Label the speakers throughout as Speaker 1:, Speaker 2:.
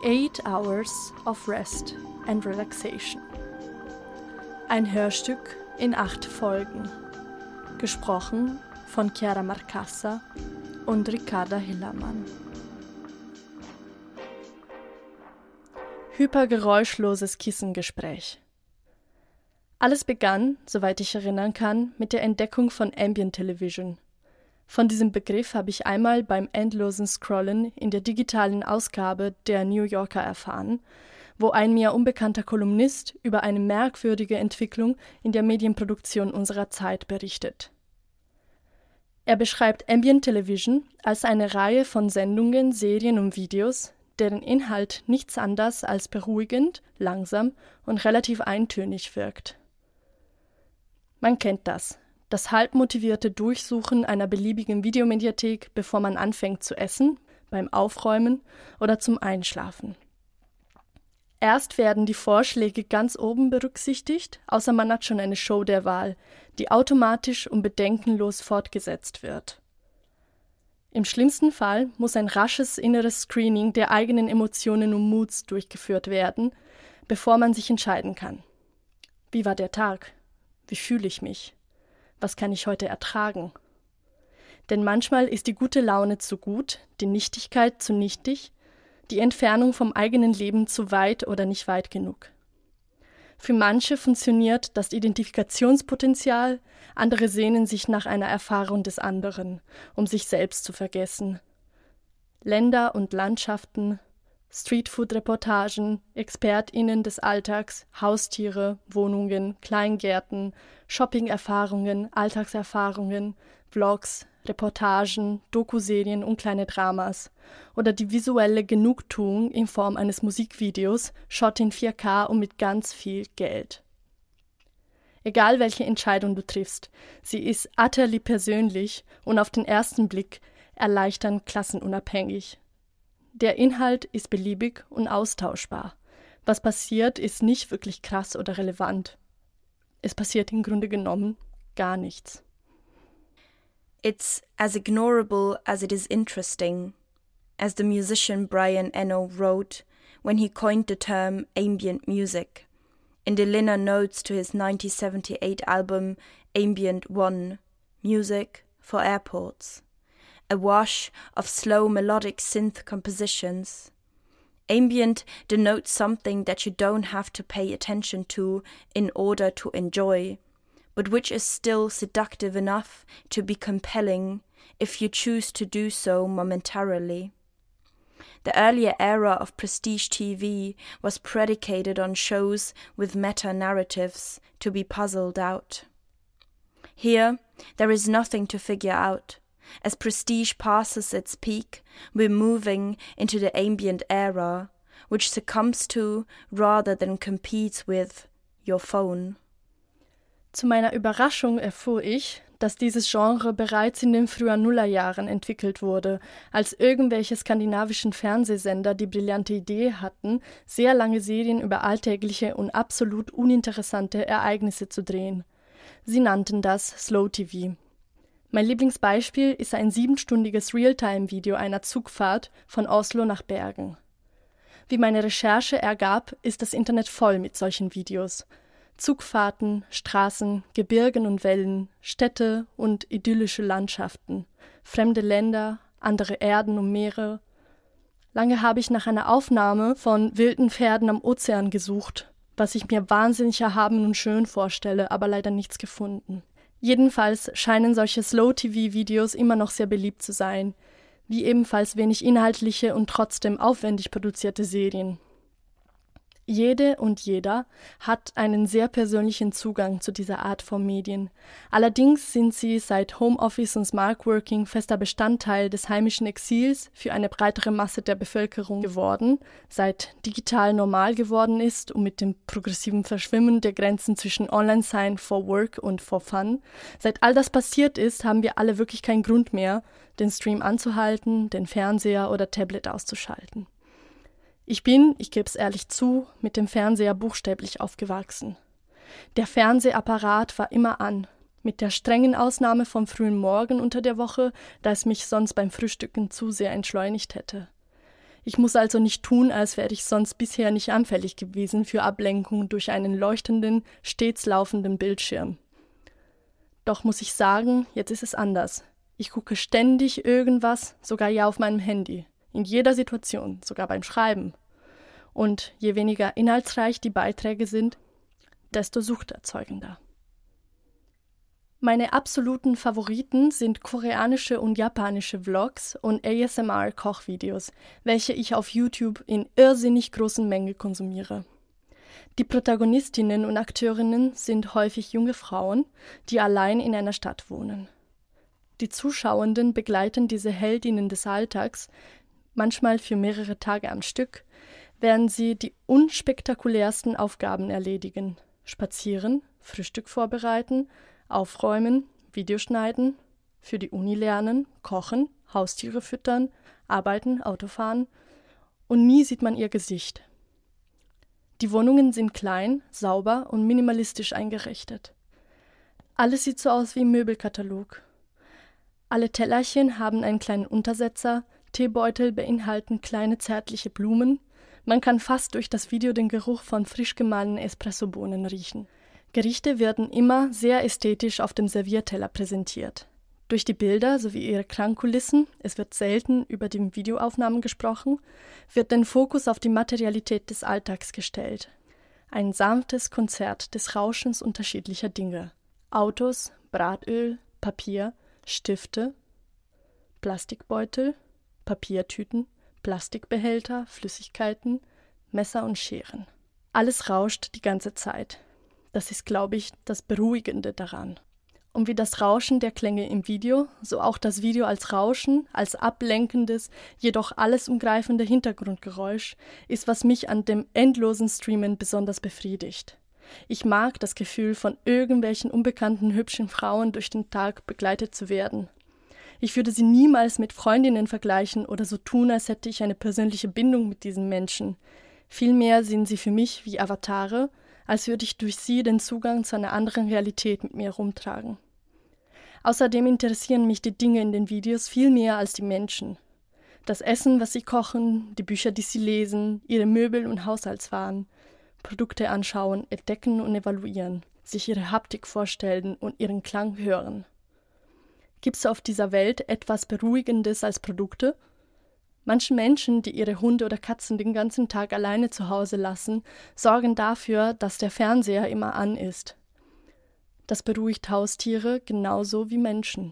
Speaker 1: 8 Hours of Rest and Relaxation. Ein Hörstück in 8 Folgen. Gesprochen von Chiara Marcassa und Ricarda Hillermann. Hypergeräuschloses Kissengespräch. Alles begann, soweit ich erinnern kann, mit der Entdeckung von Ambient Television. Von diesem Begriff habe ich einmal beim endlosen Scrollen in der digitalen Ausgabe der New Yorker erfahren, wo ein mir unbekannter Kolumnist über eine merkwürdige Entwicklung in der Medienproduktion unserer Zeit berichtet. Er beschreibt Ambient Television als eine Reihe von Sendungen, Serien und Videos, deren Inhalt nichts anderes als beruhigend, langsam und relativ eintönig wirkt. Man kennt das halbmotivierte Durchsuchen einer beliebigen Videomediathek, bevor man anfängt zu essen, beim Aufräumen oder zum Einschlafen. Erst werden die Vorschläge ganz oben berücksichtigt, außer man hat schon eine Show der Wahl, die automatisch und bedenkenlos fortgesetzt wird. Im schlimmsten Fall muss ein rasches inneres Screening der eigenen Emotionen und Moods durchgeführt werden, bevor man sich entscheiden kann. Wie war der Tag? Wie fühle ich mich? Was kann ich heute ertragen? Denn manchmal ist die gute Laune zu gut, die Nichtigkeit zu nichtig, die Entfernung vom eigenen Leben zu weit oder nicht weit genug. Für manche funktioniert das Identifikationspotenzial, andere sehnen sich nach einer Erfahrung des anderen, um sich selbst zu vergessen. Länder und Landschaften, Streetfood-Reportagen, ExpertInnen des Alltags, Haustiere, Wohnungen, Kleingärten, Shopping-Erfahrungen, Alltagserfahrungen, Vlogs, Reportagen, Dokuserien und kleine Dramas oder die visuelle Genugtuung in Form eines Musikvideos, Shot in 4K und mit ganz viel Geld. Egal welche Entscheidung du triffst, sie ist utterly persönlich und auf den ersten Blick erleichternd klassenunabhängig. Der Inhalt ist beliebig und austauschbar. Was passiert, ist nicht wirklich krass oder relevant. Es passiert im Grunde genommen gar nichts.
Speaker 2: It's as ignorable as it is interesting, as the musician Brian Eno wrote when he coined the term ambient music in the liner notes to his 1978 album Ambient One, Music for Airports. A wash of slow melodic synth compositions. Ambient denotes something that you don't have to pay attention to in order to enjoy, but which is still seductive enough to be compelling if you choose to do so momentarily. The earlier era of prestige TV was predicated on shows with meta-narratives to be puzzled out. Here, there is nothing to figure out. As prestige passes its peak, we're moving into the ambient era, which succumbs to, rather than competes with, your phone.
Speaker 1: Zu meiner Überraschung erfuhr ich, dass dieses Genre bereits in den frühen Nullerjahren entwickelt wurde, als irgendwelche skandinavischen Fernsehsender die brillante Idee hatten, sehr lange Serien über alltägliche und absolut uninteressante Ereignisse zu drehen. Sie nannten das Slow TV. Mein Lieblingsbeispiel ist ein 7-stündiges Realtime-Video einer Zugfahrt von Oslo nach Bergen. Wie meine Recherche ergab, ist das Internet voll mit solchen Videos. Zugfahrten, Straßen, Gebirgen und Wellen, Städte und idyllische Landschaften, fremde Länder, andere Erden und Meere. Lange habe ich nach einer Aufnahme von wilden Pferden am Ozean gesucht, was ich mir wahnsinnig erhaben und schön vorstelle, aber leider nichts gefunden. Jedenfalls scheinen solche Slow-TV-Videos immer noch sehr beliebt zu sein, wie ebenfalls wenig inhaltliche und trotzdem aufwendig produzierte Serien. Jede und jeder hat einen sehr persönlichen Zugang zu dieser Art von Medien. Allerdings sind sie seit Homeoffice und Smart Working fester Bestandteil des heimischen Exils für eine breitere Masse der Bevölkerung geworden, seit digital normal geworden ist und mit dem progressiven Verschwimmen der Grenzen zwischen Online-Sein for Work und for Fun. Seit all das passiert ist, haben wir alle wirklich keinen Grund mehr, den Stream anzuhalten, den Fernseher oder Tablet auszuschalten. Ich gebe es ehrlich zu, mit dem Fernseher buchstäblich aufgewachsen. Der Fernsehapparat war immer an, mit der strengen Ausnahme vom frühen Morgen unter der Woche, da es mich sonst beim Frühstücken zu sehr entschleunigt hätte. Ich muss also nicht tun, als wäre ich sonst bisher nicht anfällig gewesen für Ablenkung durch einen leuchtenden, stets laufenden Bildschirm. Doch muss ich sagen, jetzt ist es anders. Ich gucke ständig irgendwas, sogar ja auf meinem Handy, in jeder Situation, sogar beim Schreiben. Und je weniger inhaltsreich die Beiträge sind, desto suchterzeugender. Meine absoluten Favoriten sind koreanische und japanische Vlogs und ASMR-Kochvideos, welche ich auf YouTube in irrsinnig großen Mengen konsumiere. Die Protagonistinnen und Akteurinnen sind häufig junge Frauen, die allein in einer Stadt wohnen. Die Zuschauenden begleiten diese Heldinnen des Alltags, manchmal für mehrere Tage am Stück, während sie die unspektakulärsten Aufgaben erledigen: spazieren, Frühstück vorbereiten, aufräumen, Videoschneiden, für die Uni lernen, kochen, Haustiere füttern, arbeiten, Autofahren, und nie sieht man ihr Gesicht. Die Wohnungen sind klein, sauber und minimalistisch eingerichtet. Alles sieht so aus wie im Möbelkatalog. Alle Tellerchen haben einen kleinen Untersetzer, Teebeutel beinhalten kleine zärtliche Blumen. Man kann fast durch das Video den Geruch von frisch gemahlenen Espressobohnen riechen. Gerichte werden immer sehr ästhetisch auf dem Servierteller präsentiert. Durch die Bilder sowie ihre Klangkulissen, es wird selten über die Videoaufnahmen gesprochen, wird den Fokus auf die Materialität des Alltags gestellt. Ein sanftes Konzert des Rauschens unterschiedlicher Dinge. Autos, Bratöl, Papier, Stifte, Plastikbeutel, Papiertüten, Plastikbehälter, Flüssigkeiten, Messer und Scheren. Alles rauscht die ganze Zeit. Das ist, glaube ich, das Beruhigende daran. Und wie das Rauschen der Klänge im Video, so auch das Video als Rauschen, als ablenkendes, jedoch alles umgreifende Hintergrundgeräusch, ist, was mich an dem endlosen Streamen besonders befriedigt. Ich mag das Gefühl, von irgendwelchen unbekannten hübschen Frauen durch den Tag begleitet zu werden. Ich würde sie niemals mit Freundinnen vergleichen oder so tun, als hätte ich eine persönliche Bindung mit diesen Menschen. Vielmehr sind sie für mich wie Avatare, als würde ich durch sie den Zugang zu einer anderen Realität mit mir herumtragen. Außerdem interessieren mich die Dinge in den Videos viel mehr als die Menschen. Das Essen, was sie kochen, die Bücher, die sie lesen, ihre Möbel und Haushaltswaren, Produkte anschauen, entdecken und evaluieren, sich ihre Haptik vorstellen und ihren Klang hören. Gibt es auf dieser Welt etwas Beruhigendes als Produkte? Manche Menschen, die ihre Hunde oder Katzen den ganzen Tag alleine zu Hause lassen, sorgen dafür, dass der Fernseher immer an ist. Das beruhigt Haustiere genauso wie Menschen.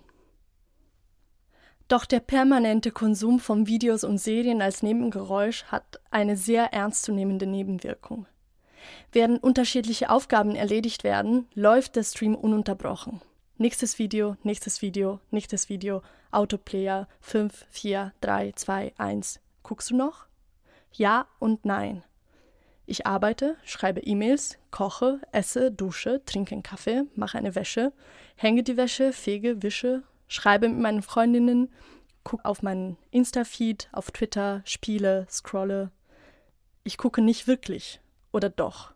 Speaker 1: Doch der permanente Konsum von Videos und Serien als Nebengeräusch hat eine sehr ernstzunehmende Nebenwirkung. Während unterschiedliche Aufgaben erledigt werden, läuft der Stream ununterbrochen. Nächstes Video, nächstes Video, nächstes Video, Autoplayer, 5, 4, 3, 2, 1. Guckst du noch? Ja und nein. Ich arbeite, schreibe E-Mails, koche, esse, dusche, trinke einen Kaffee, mache eine Wäsche, hänge die Wäsche, fege, wische, schreibe mit meinen Freundinnen, gucke auf meinen Insta-Feed, auf Twitter, spiele, scrolle. Ich gucke nicht wirklich. Oder doch?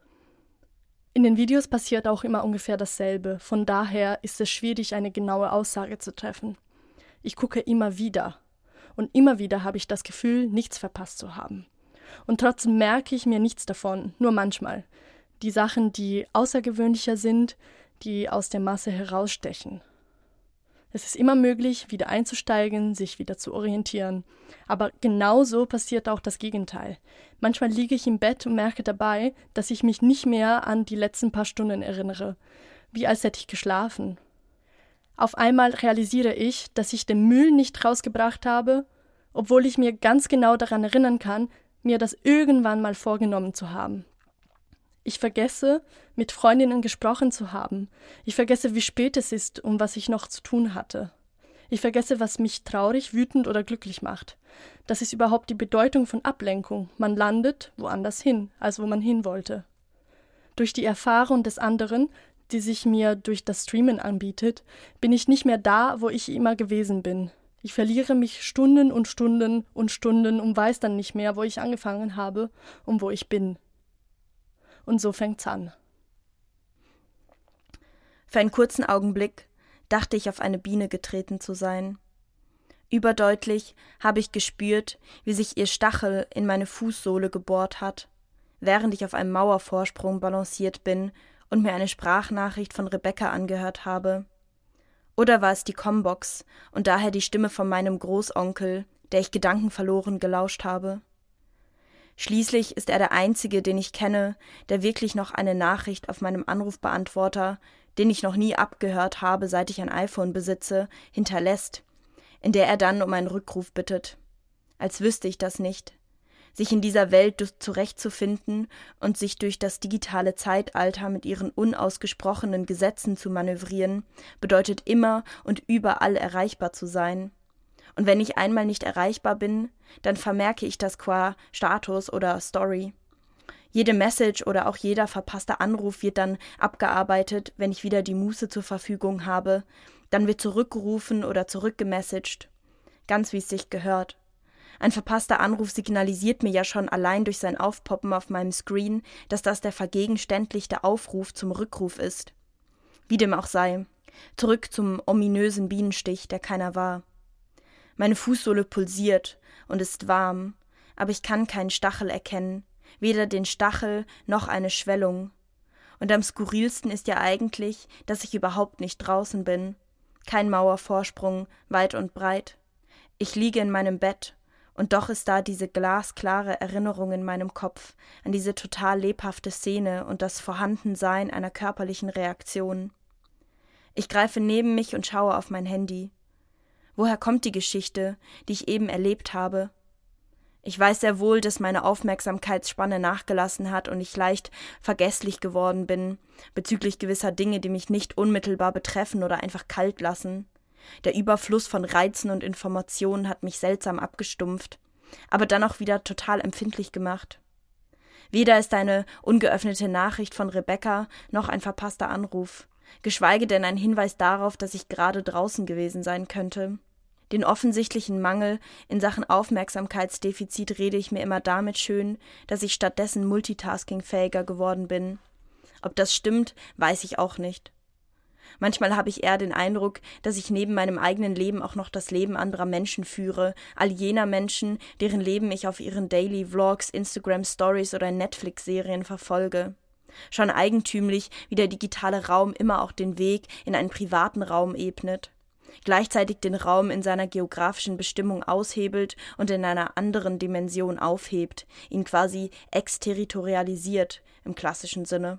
Speaker 1: In den Videos passiert auch immer ungefähr dasselbe. Von daher ist es schwierig, eine genaue Aussage zu treffen. Ich gucke immer wieder. Und immer wieder habe ich das Gefühl, nichts verpasst zu haben. Und trotzdem merke ich mir nichts davon, nur manchmal. Die Sachen, die außergewöhnlicher sind, die aus der Masse herausstechen. Es ist immer möglich, wieder einzusteigen, sich wieder zu orientieren. Aber genauso passiert auch das Gegenteil. Manchmal liege ich im Bett und merke dabei, dass ich mich nicht mehr an die letzten paar Stunden erinnere, wie als hätte ich geschlafen. Auf einmal realisiere ich, dass ich den Müll nicht rausgebracht habe, obwohl ich mir ganz genau daran erinnern kann, mir das irgendwann mal vorgenommen zu haben. Ich vergesse, mit Freundinnen gesprochen zu haben. Ich vergesse, wie spät es ist und was ich noch zu tun hatte. Ich vergesse, was mich traurig, wütend oder glücklich macht. Das ist überhaupt die Bedeutung von Ablenkung. Man landet woanders hin, als wo man hin wollte. Durch die Erfahrung des anderen, die sich mir durch das Streamen anbietet, bin ich nicht mehr da, wo ich immer gewesen bin. Ich verliere mich Stunden und Stunden und Stunden und weiß dann nicht mehr, wo ich angefangen habe und wo ich bin. Und so fängt's an.
Speaker 2: Für einen kurzen Augenblick dachte ich, auf eine Biene getreten zu sein. Überdeutlich habe ich gespürt, wie sich ihr Stachel in meine Fußsohle gebohrt hat, während ich auf einem Mauervorsprung balanciert bin und mir eine Sprachnachricht von Rebecca angehört habe. Oder war es die Combox und daher die Stimme von meinem Großonkel, der ich gedankenverloren gelauscht habe? Schließlich ist er der Einzige, den ich kenne, der wirklich noch eine Nachricht auf meinem Anrufbeantworter, den ich noch nie abgehört habe, seit ich ein iPhone besitze, hinterlässt, in der er dann um einen Rückruf bittet. Als wüsste ich das nicht. Sich in dieser Welt zurechtzufinden und sich durch das digitale Zeitalter mit ihren unausgesprochenen Gesetzen zu manövrieren, bedeutet immer und überall erreichbar zu sein. Und wenn ich einmal nicht erreichbar bin, dann vermerke ich das qua Status oder Story. Jede Message oder auch jeder verpasste Anruf wird dann abgearbeitet, wenn ich wieder die Muße zur Verfügung habe. Dann wird zurückgerufen oder zurückgemessaged. Ganz wie es sich gehört. Ein verpasster Anruf signalisiert mir ja schon allein durch sein Aufpoppen auf meinem Screen, dass das der vergegenständlichte Aufruf zum Rückruf ist. Wie dem auch sei. Zurück zum ominösen Bienenstich, der keiner war. Meine Fußsohle pulsiert und ist warm, aber ich kann keinen Stachel erkennen, weder den Stachel noch eine Schwellung. Und am skurrilsten ist ja eigentlich, dass ich überhaupt nicht draußen bin. Kein Mauervorsprung, weit und breit. Ich liege in meinem Bett, und doch ist da diese glasklare Erinnerung in meinem Kopf an diese total lebhafte Szene und das Vorhandensein einer körperlichen Reaktion. Ich greife neben mich und schaue auf mein Handy. Woher kommt die Geschichte, die ich eben erlebt habe? Ich weiß sehr wohl, dass meine Aufmerksamkeitsspanne nachgelassen hat und ich leicht vergesslich geworden bin, bezüglich gewisser Dinge, die mich nicht unmittelbar betreffen oder einfach kalt lassen. Der Überfluss von Reizen und Informationen hat mich seltsam abgestumpft, aber dann auch wieder total empfindlich gemacht. Weder ist eine ungeöffnete Nachricht von Rebecca noch ein verpasster Anruf, geschweige denn ein Hinweis darauf, dass ich gerade draußen gewesen sein könnte. Den offensichtlichen Mangel in Sachen Aufmerksamkeitsdefizit rede ich mir immer damit schön, dass ich stattdessen multitaskingfähiger geworden bin. Ob das stimmt, weiß ich auch nicht. Manchmal habe ich eher den Eindruck, dass ich neben meinem eigenen Leben auch noch das Leben anderer Menschen führe, all jener Menschen, deren Leben ich auf ihren Daily Vlogs, Instagram Stories oder Netflix-Serien verfolge. Schon eigentümlich, wie der digitale Raum immer auch den Weg in einen privaten Raum ebnet. Gleichzeitig den Raum in seiner geografischen Bestimmung aushebelt und in einer anderen Dimension aufhebt, ihn quasi exterritorialisiert im klassischen Sinne.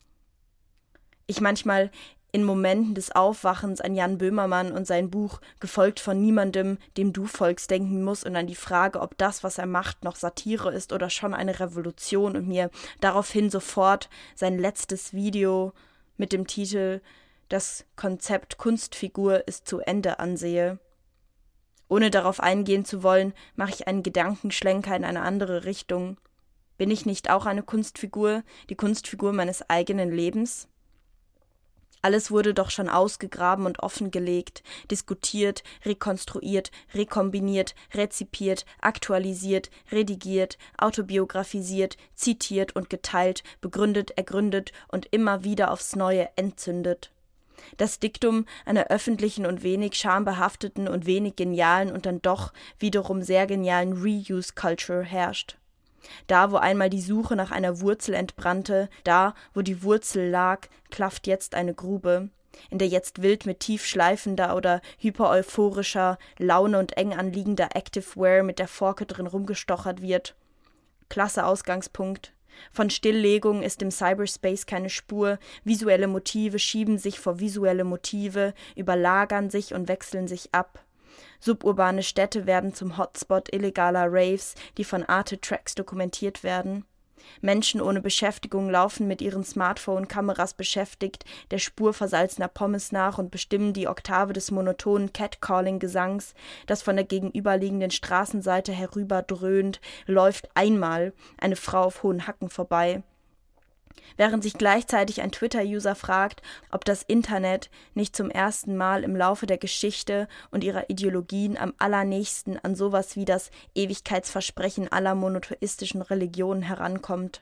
Speaker 2: Ich manchmal in Momenten des Aufwachens an Jan Böhmermann und sein Buch Gefolgt von niemandem, dem du folgst, denken muss und an die Frage, ob das, was er macht, noch Satire ist oder schon eine Revolution und mir daraufhin sofort sein letztes Video mit dem Titel Das Konzept Kunstfigur ist zu Ende ansehe. Ohne darauf eingehen zu wollen, mache ich einen Gedankenschlenker in eine andere Richtung. Bin ich nicht auch eine Kunstfigur, die Kunstfigur meines eigenen Lebens? Alles wurde doch schon ausgegraben und offengelegt, diskutiert, rekonstruiert, rekombiniert, rezipiert, aktualisiert, redigiert, autobiografisiert, zitiert und geteilt, begründet, ergründet und immer wieder aufs Neue entzündet. Das Diktum einer öffentlichen und wenig schambehafteten und wenig genialen und dann doch wiederum sehr genialen Reuse-Culture herrscht. Da, wo einmal die Suche nach einer Wurzel entbrannte, da, wo die Wurzel lag, klafft jetzt eine Grube, in der jetzt wild mit tiefschleifender oder hypereuphorischer Laune und eng anliegender Activewear mit der Forke drin rumgestochert wird. Klasse Ausgangspunkt. Von Stilllegung ist im Cyberspace keine Spur, visuelle Motive schieben sich vor visuelle Motive, überlagern sich und wechseln sich ab. Suburbane Städte werden zum Hotspot illegaler Raves, die von Arte-Tracks dokumentiert werden. Menschen ohne Beschäftigung laufen mit ihren Smartphone-Kameras beschäftigt der Spur versalzener Pommes nach und bestimmen die Oktave des monotonen Catcalling-Gesangs, das von der gegenüberliegenden Straßenseite herüber dröhnt, läuft einmal eine Frau auf hohen Hacken vorbei. Während sich gleichzeitig ein Twitter-User fragt, ob das Internet nicht zum ersten Mal im Laufe der Geschichte und ihrer Ideologien am allernächsten an sowas wie das Ewigkeitsversprechen aller monotheistischen Religionen herankommt.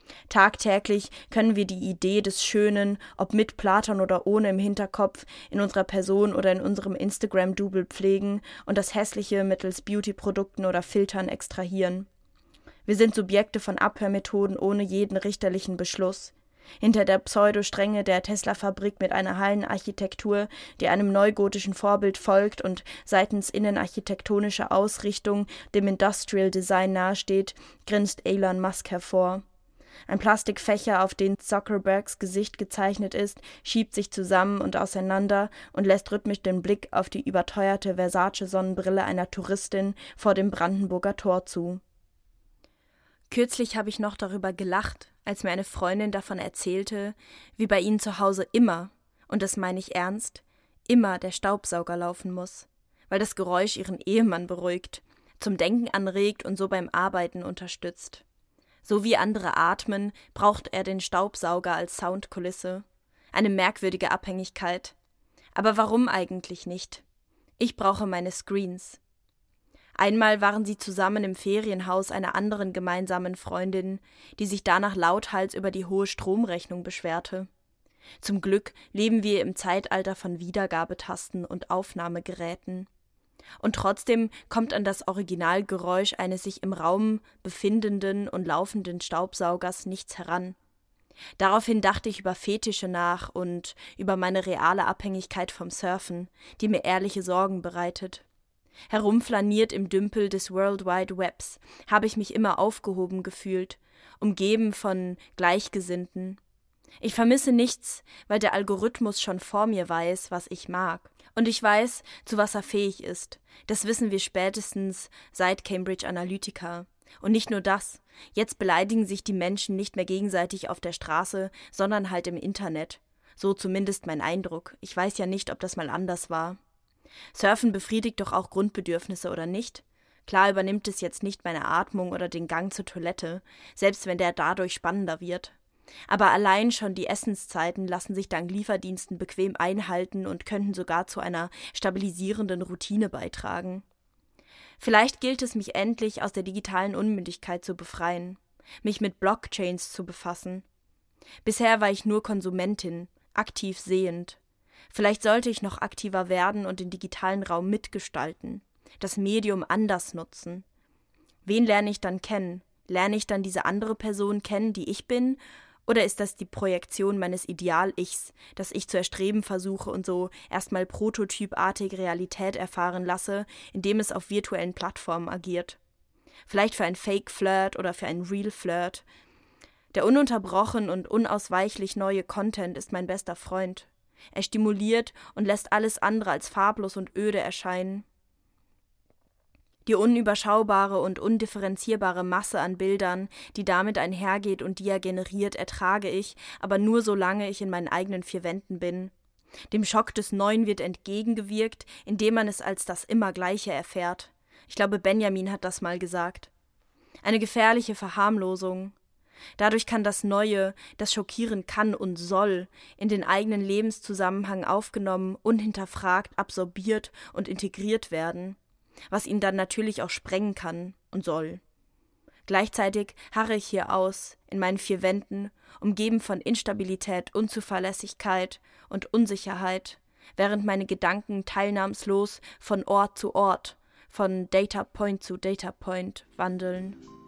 Speaker 2: Tagtäglich können wir die Idee des Schönen, ob mit Platon oder ohne im Hinterkopf, in unserer Person oder in unserem Instagram-Double pflegen und das Hässliche mittels Beauty-Produkten oder Filtern extrahieren. Wir sind Subjekte von Abhörmethoden ohne jeden richterlichen Beschluss. Hinter der Pseudostrenge der Tesla-Fabrik mit einer Hallenarchitektur, die einem neugotischen Vorbild folgt und seitens innenarchitektonischer Ausrichtung dem Industrial Design nahesteht, grinst Elon Musk hervor. Ein Plastikfächer, auf den Zuckerbergs Gesicht gezeichnet ist, schiebt sich zusammen und auseinander und lässt rhythmisch den Blick auf die überteuerte Versace-Sonnenbrille einer Touristin vor dem Brandenburger Tor zu. Kürzlich habe ich noch darüber gelacht, als mir eine Freundin davon erzählte, wie bei ihnen zu Hause immer, und das meine ich ernst, immer der Staubsauger laufen muss, weil das Geräusch ihren Ehemann beruhigt, zum Denken anregt und so beim Arbeiten unterstützt. So wie andere atmen, braucht er den Staubsauger als Soundkulisse. Eine merkwürdige Abhängigkeit. Aber warum eigentlich nicht? Ich brauche meine Screens. Einmal waren sie zusammen im Ferienhaus einer anderen gemeinsamen Freundin, die sich danach lauthals über die hohe Stromrechnung beschwerte. Zum Glück leben wir im Zeitalter von Wiedergabetasten und Aufnahmegeräten. Und trotzdem kommt an das Originalgeräusch eines sich im Raum befindenden und laufenden Staubsaugers nichts heran. Daraufhin dachte ich über Fetische nach und über meine reale Abhängigkeit vom Surfen, die mir ehrliche Sorgen bereitet. Herumflaniert im Dümpel des World Wide Webs habe ich mich immer aufgehoben gefühlt, umgeben von Gleichgesinnten. Ich vermisse nichts, weil der Algorithmus schon vor mir weiß, was ich mag. Und ich weiß, zu was er fähig ist. Das wissen wir spätestens seit Cambridge Analytica. Und nicht nur das. Jetzt beleidigen sich die Menschen nicht mehr gegenseitig auf der Straße, sondern halt im Internet. So zumindest mein Eindruck. Ich weiß ja nicht, ob das mal anders war. Surfen befriedigt doch auch Grundbedürfnisse, oder nicht? Klar übernimmt es jetzt nicht meine Atmung oder den Gang zur Toilette, selbst wenn der dadurch spannender wird. Aber allein schon die Essenszeiten lassen sich dank Lieferdiensten bequem einhalten und könnten sogar zu einer stabilisierenden Routine beitragen. Vielleicht gilt es, mich endlich aus der digitalen Unmündigkeit zu befreien, mich mit Blockchains zu befassen. Bisher war ich nur Konsumentin, aktiv sehend. Vielleicht sollte ich noch aktiver werden und den digitalen Raum mitgestalten, das Medium anders nutzen. Wen lerne ich dann kennen? Lerne ich dann diese andere Person kennen, die ich bin? Oder ist das die Projektion meines Ideal-Ichs, das ich zu erstreben versuche und so erstmal prototypartig Realität erfahren lasse, indem es auf virtuellen Plattformen agiert? Vielleicht für ein Fake-Flirt oder für ein Real-Flirt. Der ununterbrochen und unausweichlich neue Content ist mein bester Freund. Er stimuliert und lässt alles andere als farblos und öde erscheinen. Die unüberschaubare und undifferenzierbare Masse an Bildern, die damit einhergeht und die er generiert, ertrage ich, aber nur solange ich in meinen eigenen vier Wänden bin. Dem Schock des Neuen wird entgegengewirkt, indem man es als das Immergleiche erfährt. Ich glaube, Benjamin hat das mal gesagt. Eine gefährliche Verharmlosung. Dadurch kann das Neue, das schockieren kann und soll, in den eigenen Lebenszusammenhang aufgenommen, unhinterfragt, absorbiert und integriert werden, was ihn dann natürlich auch sprengen kann und soll. Gleichzeitig harre ich hier aus, in meinen vier Wänden, umgeben von Instabilität, Unzuverlässigkeit und Unsicherheit, während meine Gedanken teilnahmslos von Ort zu Ort, von Data Point zu Data Point wandeln.